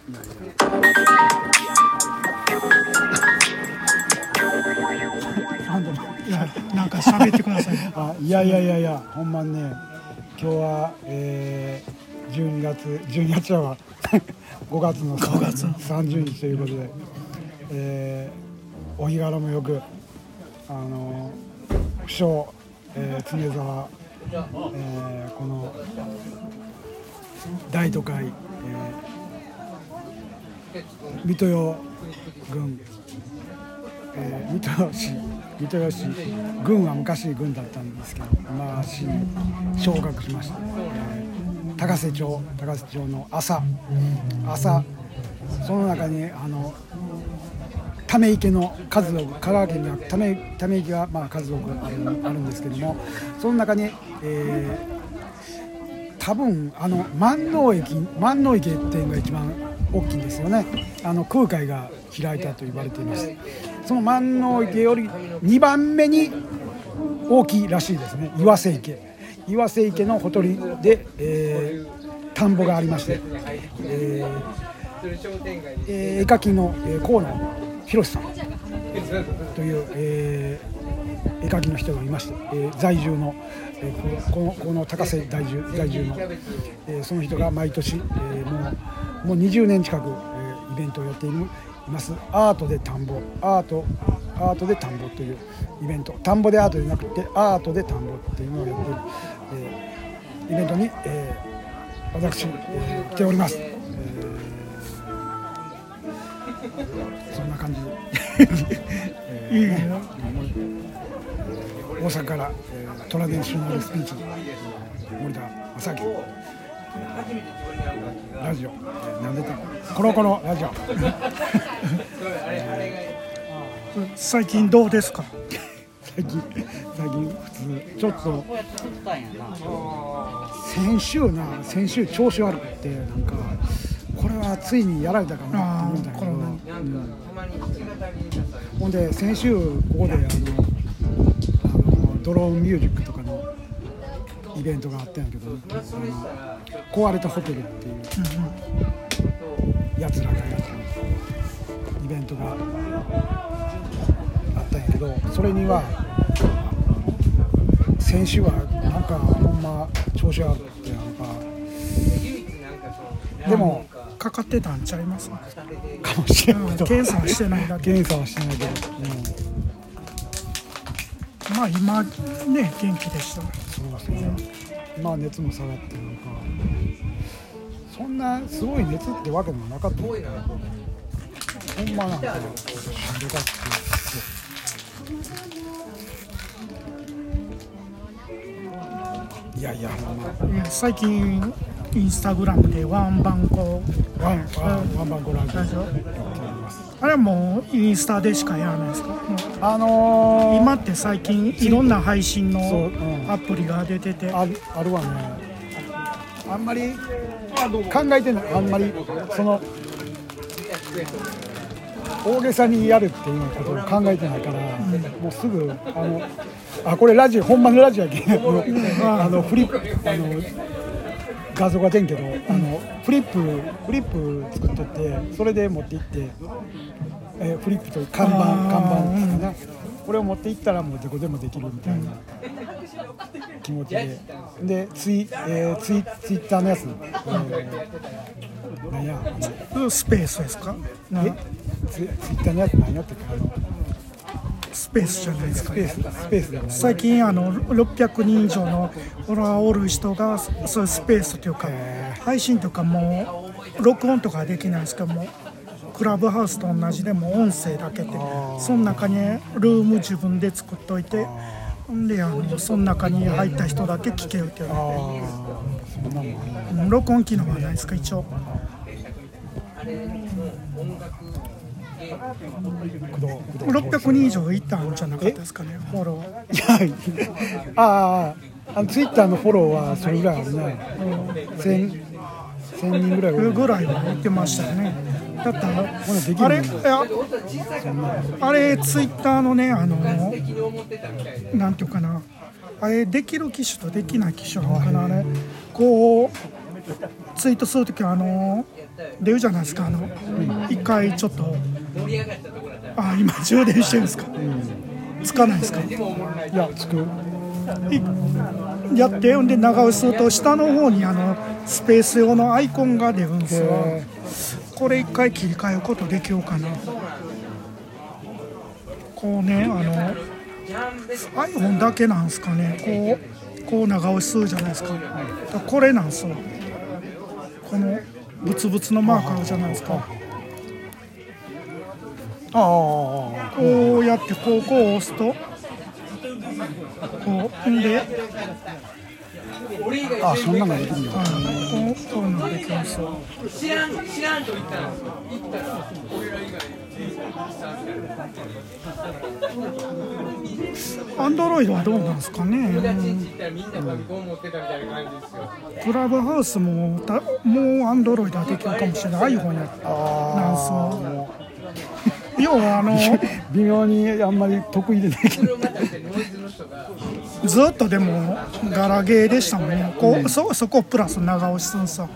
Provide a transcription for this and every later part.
いやなんか喋ってください。 いやほんまにね今日は、12月は5月の30日ということで、お日柄もよく不詳、常沢、この大都会、水戸代郡、水戸吉郡は昔郡だったんですけど今市に昇格しました、高瀬町の朝その中にため池の数多く香川県にはため池が数多くあるんですけども、その中に、多分万能池っていうのが一番大きいんですよね。空海が開いたと言われています。その万能池より2番目に大きいらしいですね。岩瀬池のほとりで、田んぼがありまして、絵描きの河野博さんという、絵描きの人がいまして、在住の、この高瀬在住の、その人が毎年、もう20年近く、イベントをやっています。アートで田んぼというイベント、田んぼでアートでなくてアートで田んぼっていうのをやっている、イベントに、私、来ております。そんな感じで大阪から、トラディショナルスピーチ森田正明ラジオ、なんでコロコロラジオ最近どうですか？ 最近普通ちょっと先週調子悪くてなんかこれはついにやられたかなと思うんだけど、ほんで先週ここでドローンミュージックとかのイベントがあったんやけど、壊れたホテルっていうやつらがやってるイベントがあったんやけど、それには先週はなんかほんま調子悪くてなんかでもかかってたんちゃいますかもしれないけど、 検査はしてないだけ。 検査はしてないけど、 まあ今ね元気でした。 そうですね。まあ熱も下がってなんかそんなすごい熱ってわけでもなかったんだけど、ほんまなんかしんどかった。いやほんま最近インスタグラムでワンバンコラジオあれはもうインスタでしかやらないですか？今って最近いろんな配信のアプリが出てて、 あるわね。あんまり考えてない、あんまりその大げさにやるっていうことを考えてないから、もうすぐこれラジオほんまのラジオやけんフリップ画像が出んけど、フリップ作っとってそれで持って行って、フリップという看板ですかね、これを持って行ったらもうどこでもできるみたいな気持ちで、ツイッターのやつ、何やスペースですか？ ツイッターのやつ何やってかスペースじゃないですか、ね、 スペースだね。 最近600人以上のフォロワーおる人がそういうスペースというか配信とかも録音とかできないですけども、クラブハウスと同じでも音声だけでその中にルーム自分で作っといて、でその中に入った人だけ聞けるっていうので、録音機能はないですか一応。600人以上いたんじゃなかったですかね、フォロー。 いやツイッターのフォローはそれぐらいあるね、1000人ぐらいは言ってましたよね。だったらあれツイッターのねなんていうかな、あれできる機種とできない機種なのかな、あれこうツイートするときは出るじゃないですか一回ちょっと今充電してるんですか、つかないですか。 いやつくやってんで長押しすると下の方にスペース用のアイコンが出るんですよ。これ一回切り替えることできようかな。こうねiPhone だけなんですかね。こう長押しするじゃないですか。これなんですよ。このブツブツのマークあるじゃないですか。こうやってこう押すとこうんでそんなのできるんだ。 こういうのができますよ。 知らんと言ったらアンドロイドはどうなんですかね。クラブハウスもアンドロイドはできるかもしれない。iPhone なんですよ。要は微妙にあんまり得意でできないずっとでもガラゲーでしたもんね。そこをプラス長押しするんさ。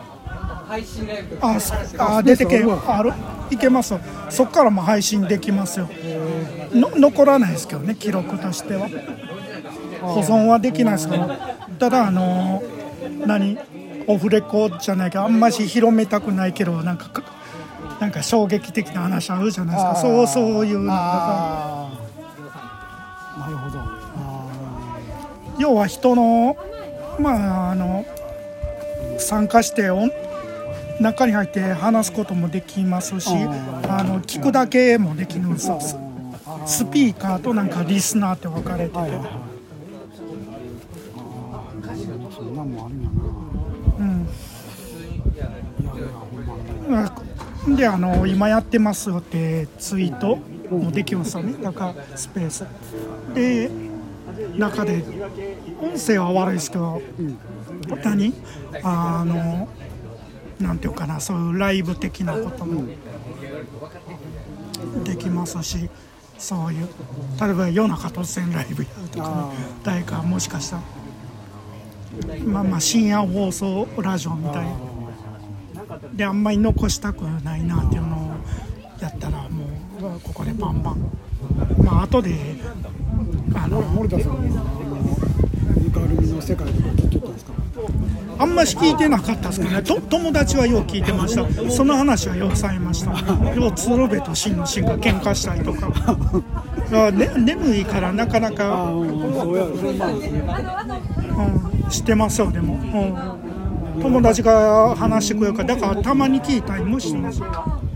出てけいけますよ。そこからも配信できますよ。残らないですけどね、記録としては保存はできないですから。ただオフレコじゃないけどあんまし広めたくないけどなんか衝撃的な話あるじゃないですか。そういうのがなるほど。 要は人の参加して中に入って話すこともできますし聞くだけもできるんですよ。スピーカーとリスナーって分かれてて、 そんなんもあるんやな。 で今やってますよってツイートもできますよね。だからスペースで中で音声は悪いですけど、なんていうかな、そういうライブ的なこともできますし、そういう例えば夜中突然ライブやるとか、誰かもしかしたら深夜放送ラジオみたいなであんまり残したくないなっていうのをやったらもうここでバンバン後で森田さんのぬかるみの世界とか聞いてたんですか。 あんまし聞いてなかったですけどね。友達はよう聞いてました。その話はようされました。よう鶴瓶と慎の慎が喧嘩したりとか眠いからなかなか知ってますよ。でも、友達が話してくれるから、だからたまに聞いたりもしてます。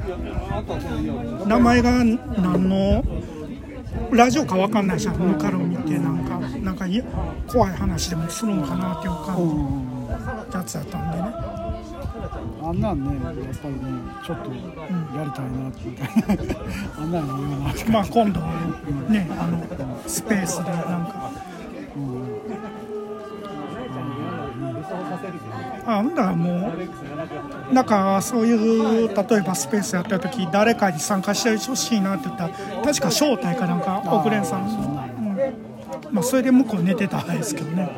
名前が何のラジオか分かんないじゃん。ぬかるみってなんか怖い話でもするのかなっていう感じやつだったんでね。 あんなんね、やっぱりね、ちょっとやりたいなってみたいなあんなん言うなって。 今度ね、スペースでだからもうそういう例えばスペースやった時誰かに参加してほしいなって言ったら確か招待か奥連さん、それで向こう寝てたんですけどね、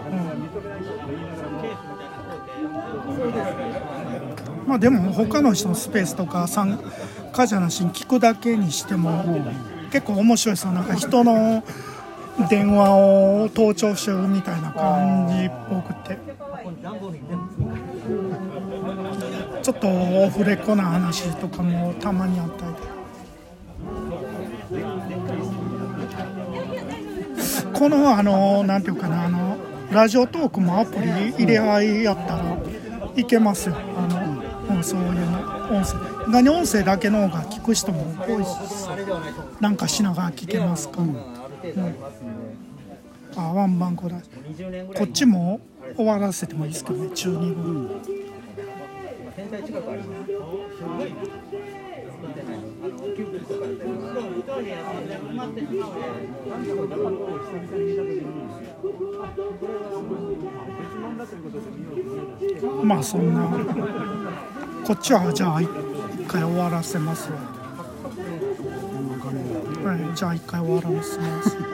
でも他の人のスペースとか参加じゃなしに聞くだけにしても結構面白いですよ。人の電話を盗聴してるみたいな感じっぽくてちょっとオフレコな話とかもたまにあったりで、このなんていうかなラジオトークもアプリ入れ合いやったらいけますよ。そういうの音声だけの方が聞く人も多いしなんかしながら聞けますから、ワンバンコだ。こっちも終わらせてもいいですけどね、中2分。そんなこっちはじゃあ一回終わらせますわ。じゃあ一回終わらせます